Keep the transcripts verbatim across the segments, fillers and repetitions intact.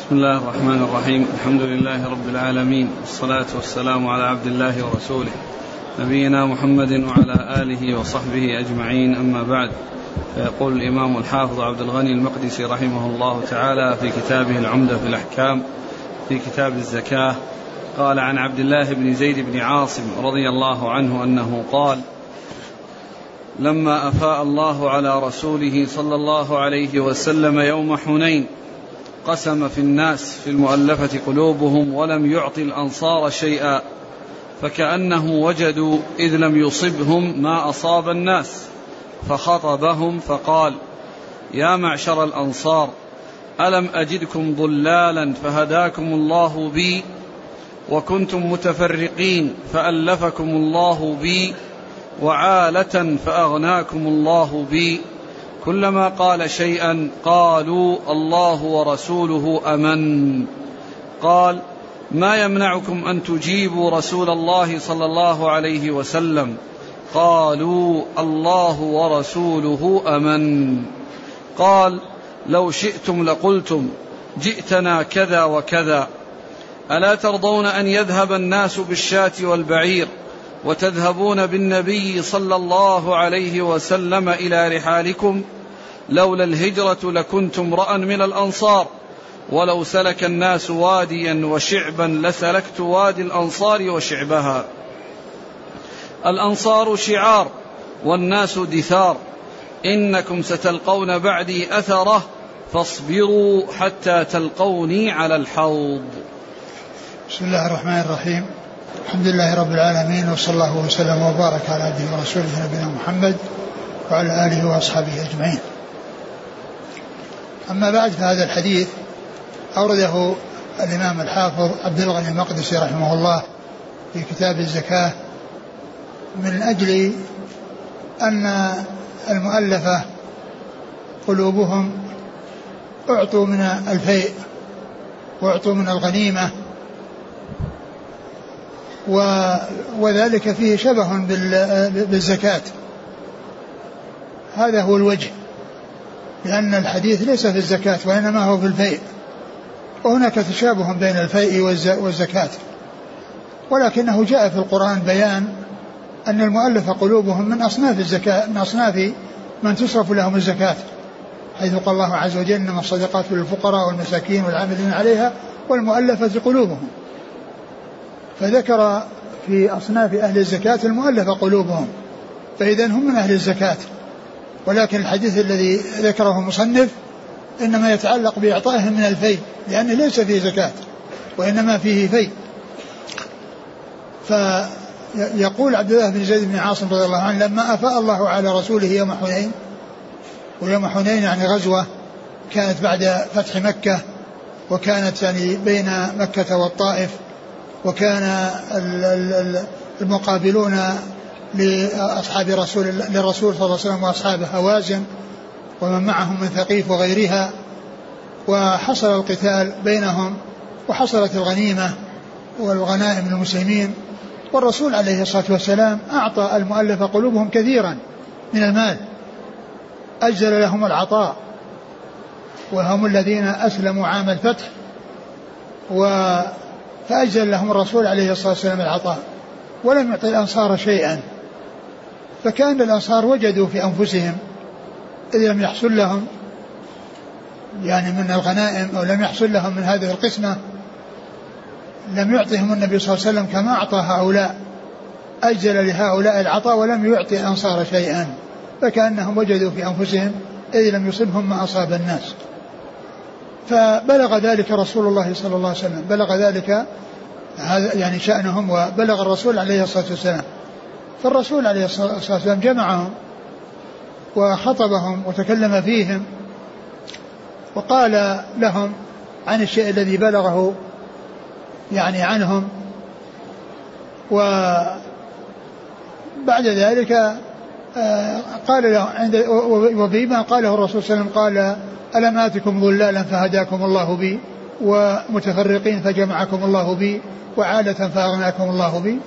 بسم الله الرحمن الرحيم. الحمد لله رب العالمين، والصلاة والسلام على عبد الله ورسوله نبينا محمد وعلى آله وصحبه أجمعين، أما بعد. فيقول الإمام الحافظ عبد الغني المقدسي رحمه الله تعالى في كتابه العمدة في الأحكام في كتاب الزكاة، قال عن عبد الله بن زيد بن عاصم رضي الله عنه أنه قال: لما أفاء الله على رسوله صلى الله عليه وسلم يوم حنين قسم في الناس في المؤلفة قلوبهم ولم يعط الأنصار شيئا، فكأنه وجدوا إذ لم يصبهم ما أصاب الناس، فخطبهم فقال: يا معشر الأنصار، ألم أجدكم ضلالا فهداكم الله بي، وكنتم متفرقين فألفكم الله بي، وعالة فأغناكم الله بي. كلما قال شيئا قالوا الله ورسوله أمن. قال: ما يمنعكم أن تجيبوا رسول الله صلى الله عليه وسلم؟ قالوا الله ورسوله أمن. قال: لو شئتم لقلتم جئتنا كذا وكذا. ألا ترضون أن يذهب الناس بالشاة والبعير وتذهبون بالنبي صلى الله عليه وسلم إلى رحالكم؟ لولا الهجرة لكنت امرأ من الأنصار، ولو سلك الناس واديا وشعبا لسلكت وادي الأنصار وشعبها. الأنصار شعار والناس دثار، إنكم ستلقون بعدي أثره، فاصبروا حتى تلقوني على الحوض. بسم الله الرحمن الرحيم. الحمد لله رب العالمين، وصلى الله وسلم وبارك على عبده ورسوله نبينا محمد وعلى آله وأصحابه أجمعين. أما بعد، فهذا الحديث أورده الإمام الحافظ عبد الغني المقدسي رحمه الله في كتاب الزكاة من أجل أن المؤلفة قلوبهم أعطوا من الفيء وأعطوا من الغنيمة، وذلك فيه شبه بالزكاة. هذا هو الوجه، لأن الحديث ليس في الزكاة وإنما هو في الفيء، وهناك تشابه بين الفيء والزكاة، ولكنه جاء في القرآن بيان أن المؤلف قلوبهم من أصناف الزكاة، من أصناف من تصرف لهم الزكاة، حيث قال الله عز وجل: إنما الصدقات للفقراء والمساكين والعاملين عليها والمؤلفة قلوبهم. فذكر في أصناف أهل الزكاة المؤلفة قلوبهم، فإذا هم من أهل الزكاة. ولكن الحديث الذي ذكره المصنف إنما يتعلق بإعطائهم من الفيء، لأنه ليس فيه زكاة وإنما فيه فيء. فيقول عبد الله بن زيد بن عاصم رضي الله عنه: لما أفاء الله على رسوله يوم حنين، ويوم حنين يعني غزوة كانت بعد فتح مكة، وكانت يعني بين مكة والطائف، وكان المقابلون لأصحاب رسول للرسول صلى الله عليه وسلم وأصحابه هوازن ومن معهم من ثقيف وغيرها، وحصل القتال بينهم، وحصلت الغنيمة والغنائم للمسلمين، والرسول عليه الصلاة والسلام أعطى المؤلف قلوبهم كثيرا من المال، أجزل لهم العطاء، وهم الذين أسلموا عام الفتح، فأجزل لهم الرسول عليه الصلاة والسلام العطاء، ولم يعطي الأنصار شيئا. فكان الأنصار وجدوا في أنفسهم إذ لم يحصل لهم يعني من الغنائم، أو لم يحصل لهم من هذه القسمة، لم يعطيهم النبي صلى الله عليه وسلم كما أعطى هؤلاء، أجزل لهؤلاء العطاء ولم يعطي الأنصار شيئا، فكأنهم وجدوا في أنفسهم إذ لم يصبهم ما أصاب الناس. فبلغ ذلك رسول الله صلى الله عليه وسلم، بلغ ذلك هذا يعني شأنهم، وبلغ الرسول عليه الصلاة والسلام. فالرسول عليه الصلاة والسلام جمعهم وخطبهم وتكلم فيهم، وقال لهم عن الشيء الذي بلغه يعني عنهم. وبعد ذلك قال له عند وفيما قاله الرسول صلى الله عليه وسلم قال: ألم آتكم ضلالا فهداكم الله بي، ومتفرقين فجمعكم الله بي، وعالة فأغناكم الله بي.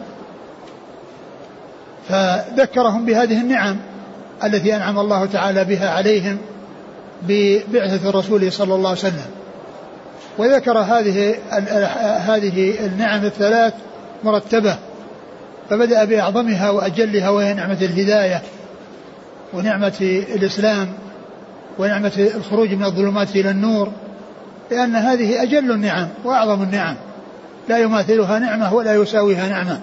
فذكرهم بهذه النعم التي أنعم الله تعالى بها عليهم ببعثة الرسول صلى الله عليه وسلم. وذكر هذه هذه النعم الثلاث مرتبة، فبدأ بأعظمها وأجلها وهي نعمة الهداية ونعمة الإسلام ونعمة الخروج من الظلمات إلى النور، لأن هذه أجل النعم وأعظم النعم، لا يماثلها نعمة ولا يساويها نعمة.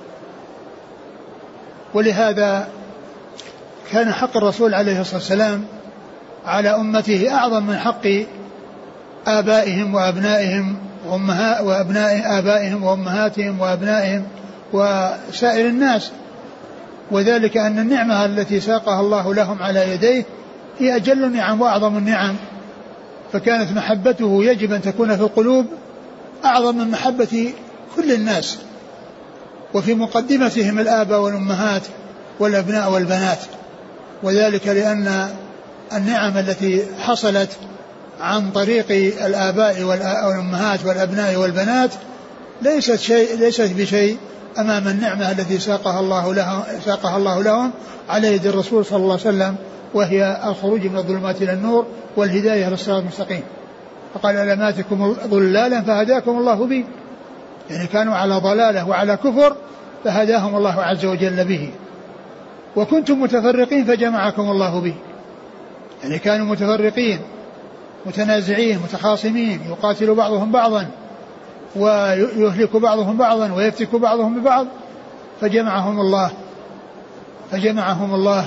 ولهذا كان حق الرسول عليه الصلاة والسلام على أمته أعظم من حق آبائهم وأبنائهم وأمهات وأبناء آبائهم وأمهاتهم وأبنائهم وسائر الناس، وذلك أن النعمة التي ساقها الله لهم على يديه هي أجل النعم وأعظم النعم، فكانت محبته يجب أن تكون في القلوب أعظم من محبة كل الناس، وفي مقدمتهم الآباء والأمهات والأبناء والبنات، وذلك لأن النعم التي حصلت عن طريق الآباء والأمهات والأبناء والبنات ليست شيء ليست بشيء أمام النعمة التي ساقها الله لهم ساقها الله لهم على يد الرسول صلى الله عليه وسلم، وهي الخروج من الظلمات إلى النور والهداية إلى الصراط المستقيم. فقال ألماتكم ضلالا فهداكم الله به، يعني كانوا على ضلالة وعلى كفر فهداهم الله عز وجل به. وكنتم متفرقين فجمعكم الله به، يعني كانوا متفرقين متنازعين متخاصمين يقاتل بعضهم بعضا ويهلك بعضهم بعضا ويفتك بعضهم ببعض، فجمعهم الله فجمعهم الله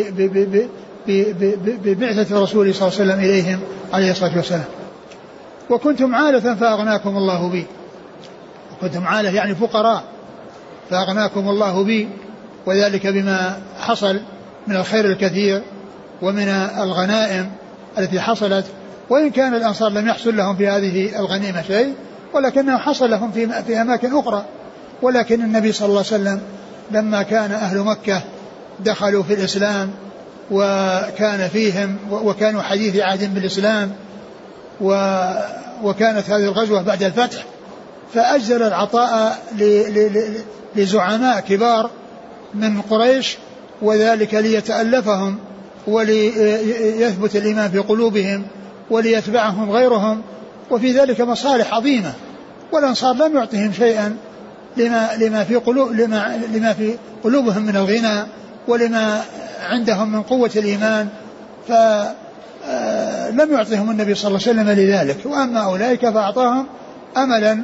ببعثة رسوله صلى الله عليه وسلم إليهم عليه الصلاة والسلام. وكنتم عالة فأغناكم الله بي، وكنتم عالة يعني فقراء فأغناكم الله بي، وذلك بما حصل من الخير الكثير ومن الغنائم التي حصلت، وإن كان الأنصار لم يحصل لهم في هذه الغنيمة شيء ولكنه حصل لهم في, في أماكن أخرى. ولكن النبي صلى الله عليه وسلم لما كان أهل مكة دخلوا في الإسلام وكان فيهم وكانوا حديث عهد بالإسلام وكانت هذه الغزوة بعد الفتح، فأجزل العطاء لزعماء كبار من قريش، وذلك ليتألفهم وليثبت الإيمان في قلوبهم وليتبعهم غيرهم، وفي ذلك مصالح عظيمة. والأنصار لم يعطهم شيئا لما, لما, في قلوب لما, لما في قلوبهم من الغنى ولما عندهم من قوة الإيمان، فلم يعطهم النبي صلى الله عليه وسلم لذلك. وأما أولئك فأعطاهم أملا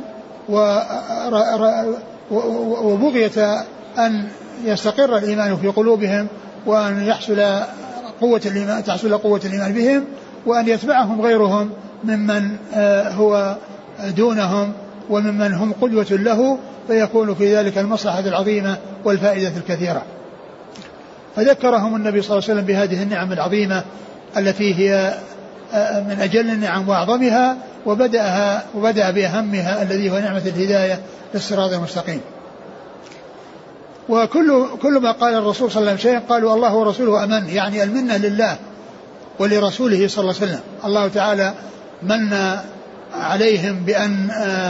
وبغية أن يستقر الإيمان في قلوبهم وأن يحصل قوة الإيمان تحصل قوة الإيمان بهم، وأن يتبعهم غيرهم ممن هو دونهم وممن هم قدوة له، فيكون في ذلك المصلحة العظيمة والفائدة الكثيرة. فذكرهم النبي صلى الله عليه وسلم بهذه النعم العظيمة التي هي من أجل النعم وأعظمها، وبدأها وبدأ بأهمها الذي هو نعمة الهداية للصراط المستقيم. وكل كل ما قال الرسول صلى الله عليه وسلم قالوا الله ورسوله أمن، يعني المنة لله ولرسوله صلى الله عليه وسلم. الله تعالى من عليهم بأن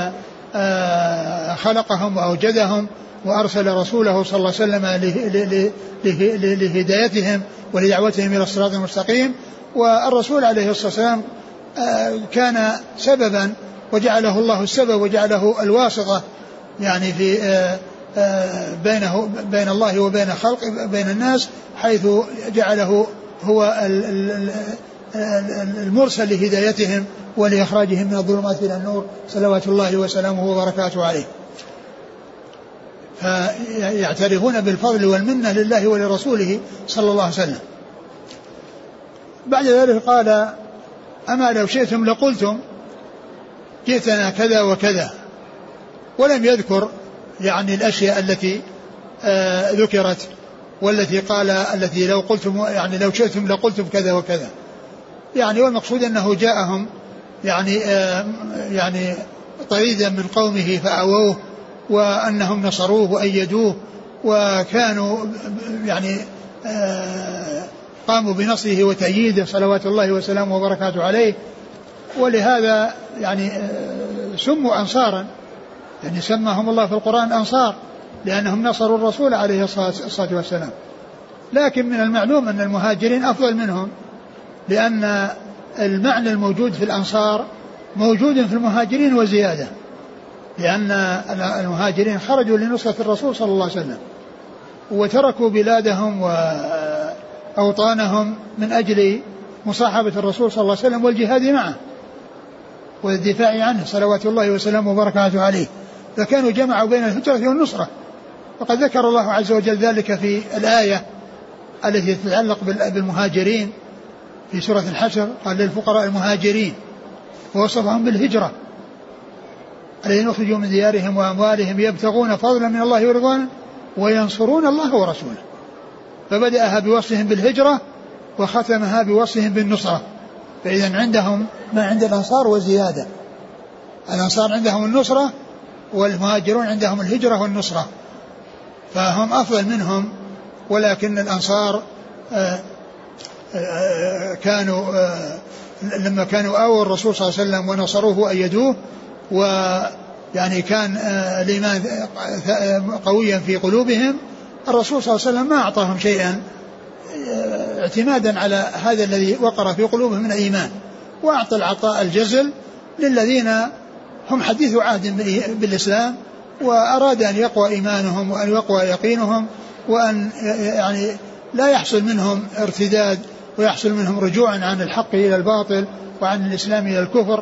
خلقهم وأوجدهم وأرسل رسوله صلى الله عليه وسلم لهدايتهم ولدعوتهم إلى الصراط المستقيم. والرسول عليه الصلاة والسلام كان سببا وجعله الله السبب وجعله الواسطة يعني في بينه بين الله وبين خلق بين الناس، حيث جعله هو المرسل لهدايتهم ولإخراجهم من الظلمات إلى النور صلوات الله وسلامه وبركاته عليه. فيعترفون بالفضل والمنة لله ولرسوله صلى الله عليه وسلم. بعد ذلك قال أما لو شئتم لقلتم جئتنا كذا وكذا، ولم يذكر يعني الأشياء التي آه ذكرت والتي قال التي لو قلتم يعني لو شئتم لقلتم كذا وكذا، يعني والمقصود أنه جاءهم يعني آه يعني طريدا من قومه فأووه، وأنهم نصروه وأيدوه وكانوا يعني آه قاموا بنصره وتأييده صلوات الله وسلامه وبركاته عليه. ولهذا يعني آه سموا أنصارا، يعني سماهم الله في القرآن أنصار لأنهم نصروا الرسول عليه الصلاة والسلام. لكن من المعلوم أن المهاجرين أفضل منهم، لأن المعنى الموجود في الأنصار موجود في المهاجرين وزيادة، لأن المهاجرين خرجوا لنصرة الرسول صلى الله عليه وسلم وتركوا بلادهم وأوطانهم من أجل مصاحبة الرسول صلى الله عليه وسلم والجهاد معه والدفاع عنه صلوات الله وسلامه وبركاته عليه، فكانوا جمعوا بين الهجرة والنصرة. وقد ذكر الله عز وجل ذلك في الآية التي تتعلق بالمهاجرين في سورة الحشر، قال للفقراء المهاجرين ووصفهم بالهجرة الذين أخرجوا من ديارهم وأموالهم يبتغون فضلا من الله ورضوانه وينصرون الله ورسوله، فبدأها بوصفهم بالهجرة وختمها بوصفهم بالنصرة. فإذا عندهم ما عند الأنصار وزيادة، الأنصار عندهم النصرة والمهاجرون عندهم الهجرة والنصرة، فهم أفضل منهم. ولكن الأنصار آآ آآ كانوا آآ لما كانوا آووا الرسول صلى الله عليه وسلم ونصروه وأيدوه، ويعني كان الإيمان قويا في قلوبهم، الرسول صلى الله عليه وسلم ما أعطاهم شيئا اعتمادا على هذا الذي وقر في قلوبهم من الإيمان، وأعطى العطاء الجزل للذين هم حديث عهد بالإسلام وأراد أن يقوى إيمانهم وأن يقوى يقينهم وأن يعني لا يحصل منهم ارتداد ويحصل منهم رجوعا عن الحق إلى الباطل وعن الإسلام إلى الكفر،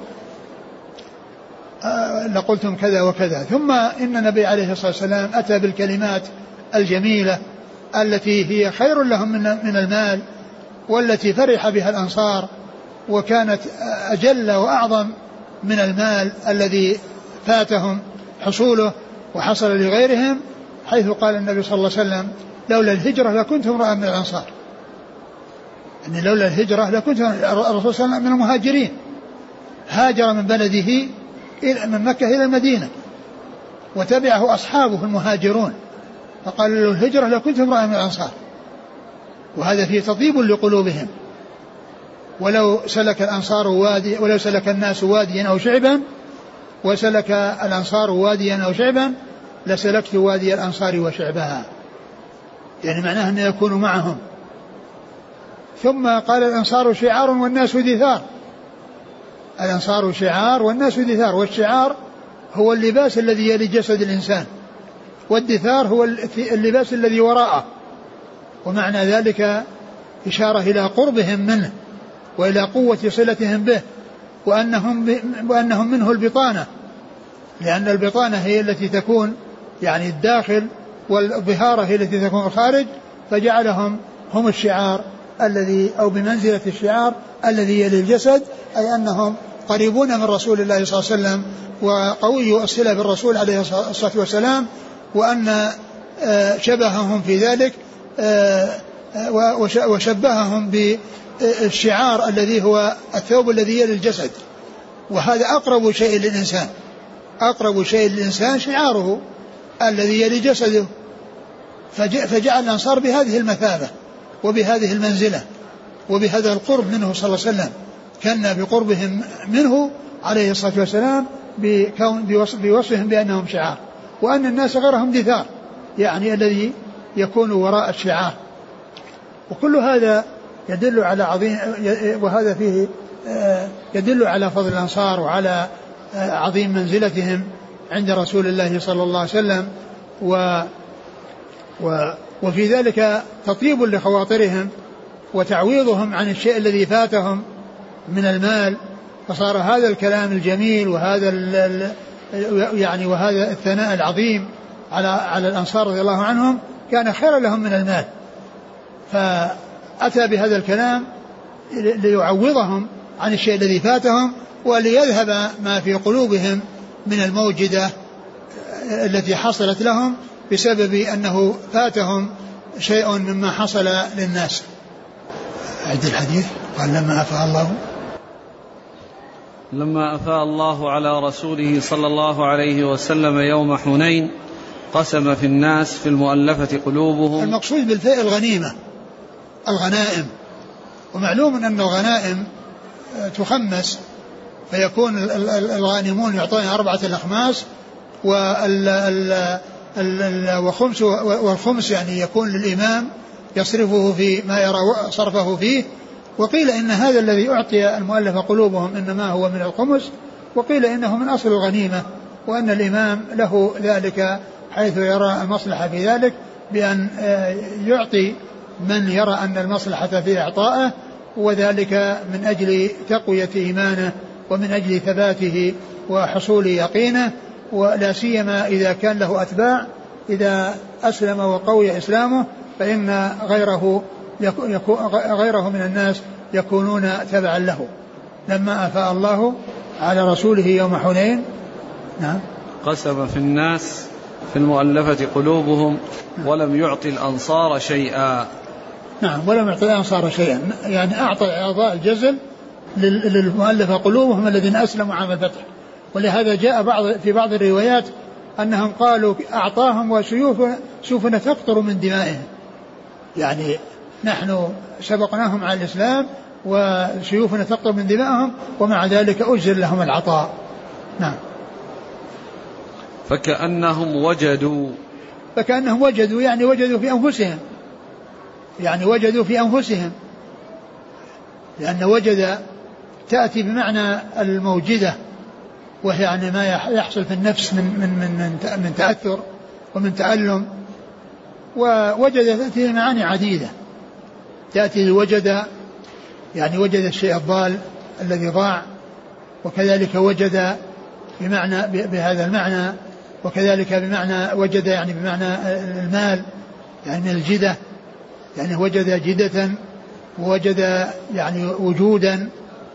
لقلتم كذا وكذا. ثم إن النبي عليه الصلاة والسلام أتى بالكلمات الجميلة التي هي خير لهم من المال والتي فرح بها الأنصار، وكانت أجل وأعظم من المال الذي فاتهم حصوله وحصل لغيرهم، حيث قال النبي صلى الله عليه وسلم لولا الهجرة لكنت امرأ من الأنصار، يعني لولا الهجرة لكنت الرسول صلى الله عليه وسلم من المهاجرين، هاجر من بلده من مكة إلى المدينة وتبعه أصحابه المهاجرون، فقال له الهجرة لكنت امرأ من الأنصار، وهذا فيه تطيب لقلوبهم. ولو سلك الأنصار وادي ولو سلك الناس واديا أو شعبا وسلك الأنصار واديا أو شعبا لسلكت وادي الأنصار وشعبها، يعني معناه أن يكونوا معهم. ثم قال الأنصار شعار والناس دثار، الأنصار شعار والناس دثار، والشعار هو اللباس الذي يلي جسد الإنسان، والدثار هو اللباس الذي وراءه، ومعنى ذلك إشارة إلى قربهم منه وإلى قوة صلتهم به، وأنهم, وأنهم منه البطانة، لأن البطانة هي التي تكون يعني الداخل والظهارة هي التي تكون الخارج، فجعلهم هم الشعار الذي أو بمنزلة الشعار الذي يلي الجسد، أي أنهم قريبون من رسول الله صلى الله عليه وسلم وقوي الصلة بالرسول عليه الصلاة والسلام، وأن شبههم في ذلك وشبههم بالشعار الذي هو الثوب الذي يلي الجسد، وهذا أقرب شيء للإنسان، أقرب شيء للإنسان شعاره الذي يلي جسده، فجعل الأنصار بهذه المثابة وبهذه المنزلة وبهذا القرب منه صلى الله عليه وسلم، كان بقربهم منه عليه الصلاة والسلام بوصفهم بأنهم شعار، وأن الناس غيرهم دثار، يعني الذي يكون وراء الشعار. وكل هذا يدل على عظيم، وهذا فيه يدل على فضل الأنصار وعلى عظيم منزلتهم عند رسول الله صلى الله عليه وسلم، و وفي ذلك تطيب لخواطرهم وتعويضهم عن الشيء الذي فاتهم من المال، فصار هذا الكلام الجميل وهذا يعني وهذا الثناء العظيم على على الأنصار رضي الله عنهم كان خيرا لهم من المال، فأتى بهذا الكلام ليعوضهم عن الشيء الذي فاتهم وليذهب ما في قلوبهم من الموجدة التي حصلت لهم بسبب أنه فاتهم شيء مما حصل للناس. عد الحديث. قال لما أفاء الله لما أفاء الله على رسوله صلى الله عليه وسلم يوم حنين قسم في الناس في المؤلفة قلوبهم. المقصود بالفئة الغنيمة الغنائم، ومعلوم أن الغنائم تخمس، فيكون الغانمون يعطون أربعة الأخماس والخمس والخمس يعني يكون للإمام يصرفه في ما يرى صرفه فيه. وقيل إن هذا الذي أعطي المؤلف قلوبهم إنما هو من الخمس، وقيل إنه من أصل الغنيمة، وأن الإمام له ذلك حيث يرى المصلحة في ذلك بأن يعطي من يرى أن المصلحة في إعطائه، وذلك من أجل تقوية إيمانه ومن أجل ثباته وحصول يقينه، ولا سيما إذا كان له أتباع. إذا أسلم وقوي إسلامه فإن غيره غيره من الناس يكونون تبعا له. لما أفاء الله على رسوله يوم حنين نعم قسم في الناس في المؤلفة قلوبهم ولم يعطي الأنصار شيئا. نعم ولم يعطي الأنصار شيئا، يعني أعطى إعطاء الجزل للمؤلفة قلوبهم الذين أسلموا عام الفتح. ولهذا جاء بعض في بعض الروايات أنهم قالوا أعطاهم وسيوفنا تقطر من دمائهم، يعني نحن سبقناهم على الإسلام وسيوفنا تقطر من دمائهم ومع ذلك أجزل لهم العطاء. نعم. فكأنهم وجدوا فكأنهم وجدوا يعني وجدوا في أنفسهم، يعني وجدوا في أنفسهم، لأن وجد تأتي بمعنى الموجدة، وهي يعني ما يحصل في النفس من من من من تأثر ومن تألم. ووجد تأتي معاني عديدة، تأتي وجد يعني وجد الشيء الضال الذي ضاع، وكذلك وجد بمعنى بهذا المعنى، وكذلك بمعنى وجد يعني بمعنى المال يعني من الجدة، يعني وجد جدة ووجد يعني وجودا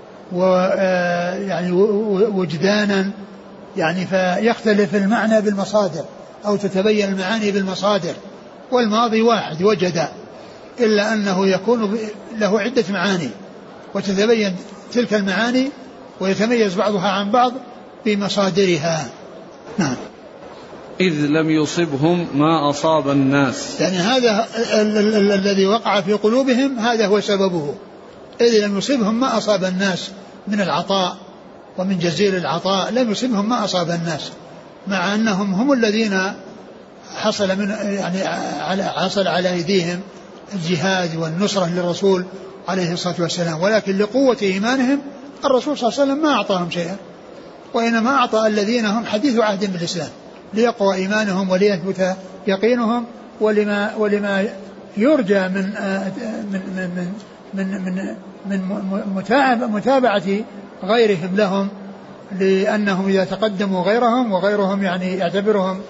ويعني وجدانا، يعني فيختلف المعنى بالمصادر أو تتبين المعاني بالمصادر. والماضي واحد وجد، إلا أنه يكون له عدة معاني وتتبين تلك المعاني ويتميز بعضها عن بعض بمصادرها. نعم. إذ لم يصبهم ما أصاب الناس، يعني هذا الذي وقع في قلوبهم هذا هو سببه. إذ لم يصبهم ما أصاب الناس من العطاء ومن جزيل العطاء، لم يصبهم ما أصاب الناس، مع أنهم هم الذين حصل من يعني حصل على أيديهم الجهاد والنصرة للرسول عليه الصلاة والسلام، ولكن لقوة إيمانهم الرسول صلى الله عليه وسلم ما أعطاهم شيئا، وإنما أعطى الذين هم حديث عهد بالإسلام ليقوى إيمانهم وليثبت يقينهم، ولما ولما يرجى من من من من من, من متابعة غيرهم لهم، لأنهم إذا تقدموا غيرهم وغيرهم يعني يعتبرهم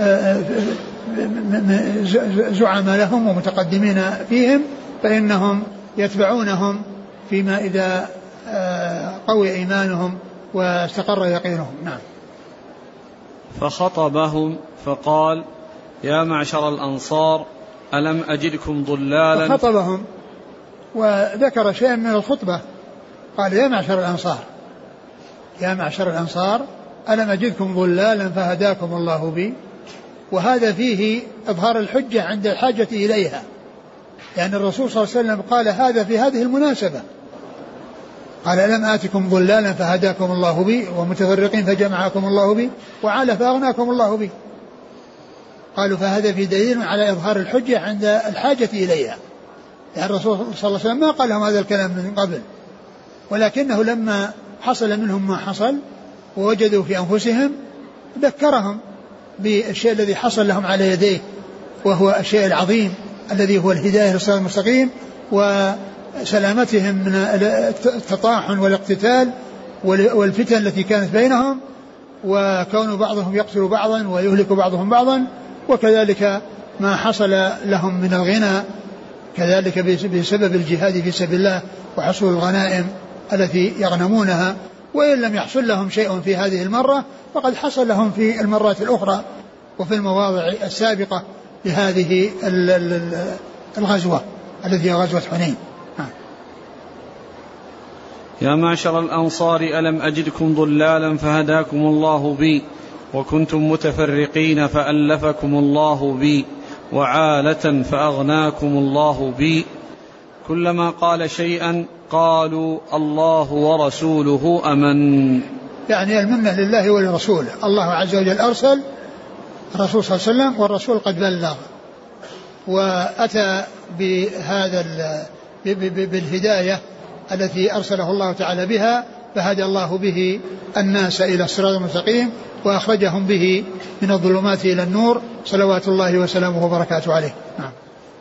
زعما لهم ومتقدمين فيهم، فإنهم يتبعونهم فيما إذا قوي إيمانهم واستقر يقينهم. نعم. فخطبهم فقال يا معشر الأنصار ألم أجدكم ضلالا. فخطبهم وذكر شيئا من الخطبة، قال يا معشر الأنصار يا معشر الأنصار ألم أجدكم ضلالا فهداكم الله بي. وهذا فيه إظهار الحجة عند الحاجة إليها، لأن الرسول صلى الله عليه وسلم قال هذا في هذه المناسبة، قال ألم آتكم ضلالا فهداكم الله بي ومتفرقين فجمعكم الله بي وعال فأغناكم الله بي. قالوا فهذا في دليل على إظهار الحجة عند الحاجة إليها، يعني الرسول صلى الله عليه وسلم ما قال لهم هذا الكلام من قبل، ولكنه لما حصل منهم ما حصل ووجدوا في أنفسهم ذكرهم بالشيء الذي حصل لهم على يديه، وهو الشيء العظيم الذي هو الهداية للصراط المستقيم وسلامتهم من التطاحن والاقتتال والفتن التي كانت بينهم، وكون بعضهم يقتل بعضا ويهلك بعضهم بعضا، وكذلك ما حصل لهم من الغنى كذلك بسبب الجهاد في سبيل الله وحصول الغنائم التي يغنمونها. وإن لم يحصل لهم شيء في هذه المرة فقد حصل لهم في المرات الأخرى وفي المواضع السابقة لهذه الغزوة التي هي غزوة حنين. يا معشر الأنصار ألم أجدكم ضلالا فهداكم الله بي وكنتم متفرقين فألفكم الله بي وعالة فأغناكم الله بي. كلما قال شيئا قالوا الله ورسوله أمن. يعني المنة لله ولرسوله، الله عز وجل أرسل الرسول صلى الله عليه وسلم والرسول قد بلغ وأتى بهذا بالهداية التي أرسله الله تعالى بها فهدى الله به الناس إلى الصراط المستقيم وأخرجهم به من الظلمات إلى النور صلوات الله وسلامه وبركاته عليه. نعم.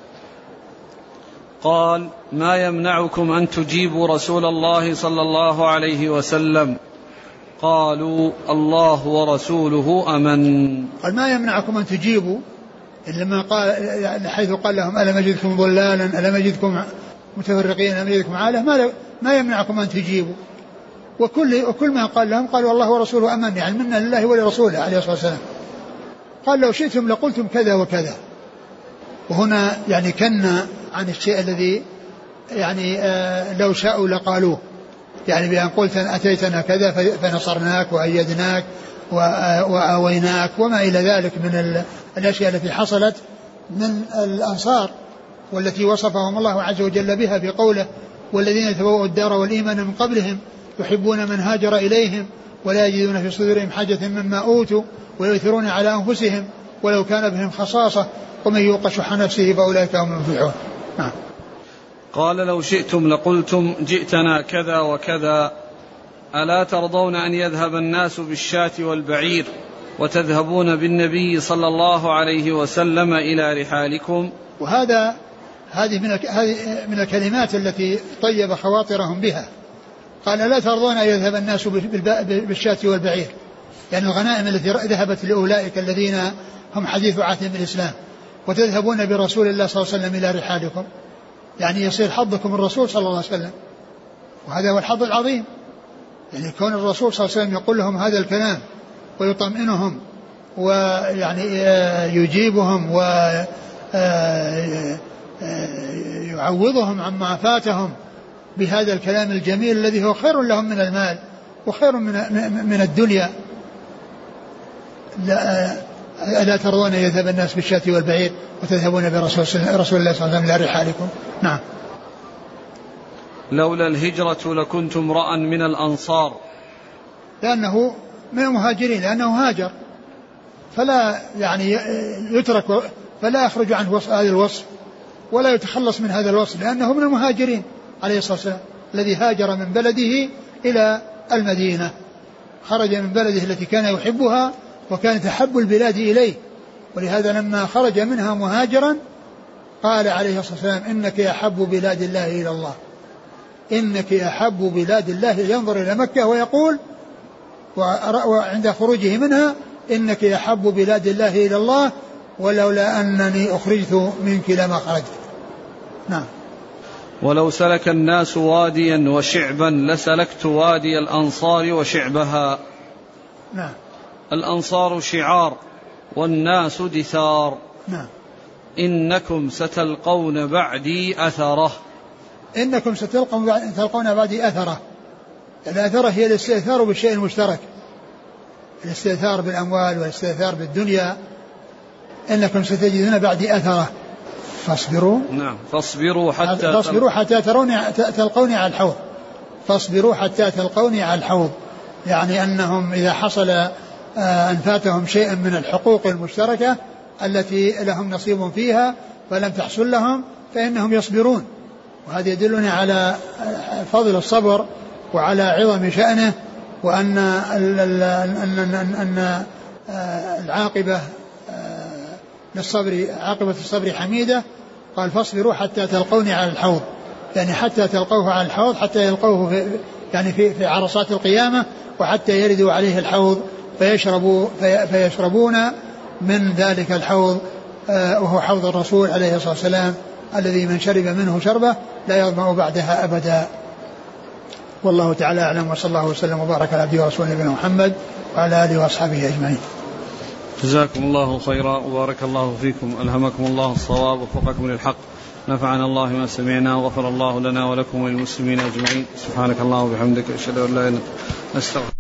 قال: ما يمنعكم أن تجيبوا رسول الله صلى الله عليه وسلم؟ قالوا: الله ورسوله أمن. قال: ما يمنعكم أن تجيبوا، لما قال حيث قال لهم ألم أجدكم ضلالا ألم أجدكم متفرقين ألم أجدكم عالة، ما, ما يمنعكم أن تجيبوا. وكل, وكل ما قال لهم قالوا الله ورسوله أمن، يعني منا لله ولرسوله عليه الصلاة والسلام. قال: لو شئتم لقلتم كذا وكذا. وهنا يعني كنا عن الشيء الذي يعني آه لو شاءوا لقالوه، يعني بأن قلت أتيتنا كذا فنصرناك وأيدناك وآويناك وما إلى ذلك من الأشياء التي حصلت من الأنصار والتي وصفهم الله عز وجل بها بقوله: والذين تبوأوا الدار والإيمان من قبلهم يحبون من هاجر إليهم ولا يجدون في صدورهم حاجة مما أوتوا ويؤثرون على أنفسهم ولو كان بهم خصاصة ومن يوق شح نفسه فأولئك هم المفلحون. نعم. قال: لو شئتم لقلتم جئتنا كذا وكذا، ألا ترضون أن يذهب الناس بالشاة والبعير وتذهبون بالنبي صلى الله عليه وسلم إلى رحالكم؟ وهذا هذه من من الكلمات التي طيب خواطرهم بها. قال: لا ترضون أن يذهب الناس بالشاة والبعير، يعني الغنائم التي ذهبت لأولئك الذين هم حديث عهد بالإسلام، وتذهبون برسول الله صلى الله عليه وسلم إلى رحالكم، يعني يصير حظكم الرسول صلى الله عليه وسلم، وهذا هو الحظ العظيم. يعني كون الرسول صلى الله عليه وسلم يقول لهم هذا الكلام ويطمئنهم ويعني يجيبهم ويعوضهم عما فاتهم بهذا الكلام الجميل الذي هو خير لهم من المال وخير من من الدنيا. ألا ترضون يذهب الناس بالشاة والبعير وتذهبون برسول الله صلى الله عليه وسلم إلى رحالكم؟ نعم. لولا الهجرة لكنت امرأ من الأنصار، لأنه من المهاجرين، لأنه هاجر فلا يعني يترك فلا يخرج عن هذا الوصف ولا يتخلص من هذا الوصف، لأنه من المهاجرين عليه الصلاة والسلام الذي هاجر من بلده إلى المدينة، خرج من بلده التي كان يحبها وكانت أحب البلاد إليه، ولهذا لما خرج منها مهاجرا قال عليه الصلاة والسلام: إنك أحب بلاد الله إلى الله، إنك أحب بلاد الله. ينظر إلى مكة ويقول وعند خروجه منها: إنك أحب بلاد الله إلى الله، ولولا أنني أخرجت منك لما خرجت. نعم. ولو سلك الناس واديا وشعبا لسلكت وادي الأنصار وشعبها. نعم. الأنصار شعار والناس دثار. نعم. إنكم ستلقون بعدي أثره. إنكم ستلقون بعدي أثره. الأثرة هي الاستئثار بالشيء المشترك، الاستئثار بالأموال والاستئثار بالدنيا. إنكم ستجدون بعدي أثره فاصبروا. نعم. فاصبروا حتى فاصبروا حتى تروني تلقوني على الحوض. فاصبروا حتى تلقوني على الحوض، يعني أنهم إذا حصل أن فاتهم شيئا من الحقوق المشتركة التي لهم نصيب فيها فلم تحصل لهم فإنهم يصبرون. وهذا يدلنا على فضل الصبر وعلى عظم شأنه، وأن أن العاقبة للصبر عاقبة الصبر حميدة. قال: فاصبروا حتى تلقوني على الحوض، يعني حتى تلقوه على الحوض، حتى يلقوه في يعني في, في عرصات القيامة، وحتى يردوا عليه الحوض فيشربوا في فيشربون من ذلك الحوض، وهو حوض الرسول عليه الصلاة والسلام الذي من شرب منه شربة لا يظمأ بعدها أبدا. والله تعالى أعلم، وصلى الله وسلم وبارك على عبده ورسوله نبينا محمد وعلى آله وأصحابه أجمعين. جزاكم الله خيرا وبارك الله فيكم، ألهمكم الله الصواب ووفقكم للحق، نفعنا الله ما سمعنا وغفر الله لنا ولكم وللمسلمين أجمعين. سبحانك اللهم وبحمدك أشهد أن لا إله إلا أنت أستغفرك.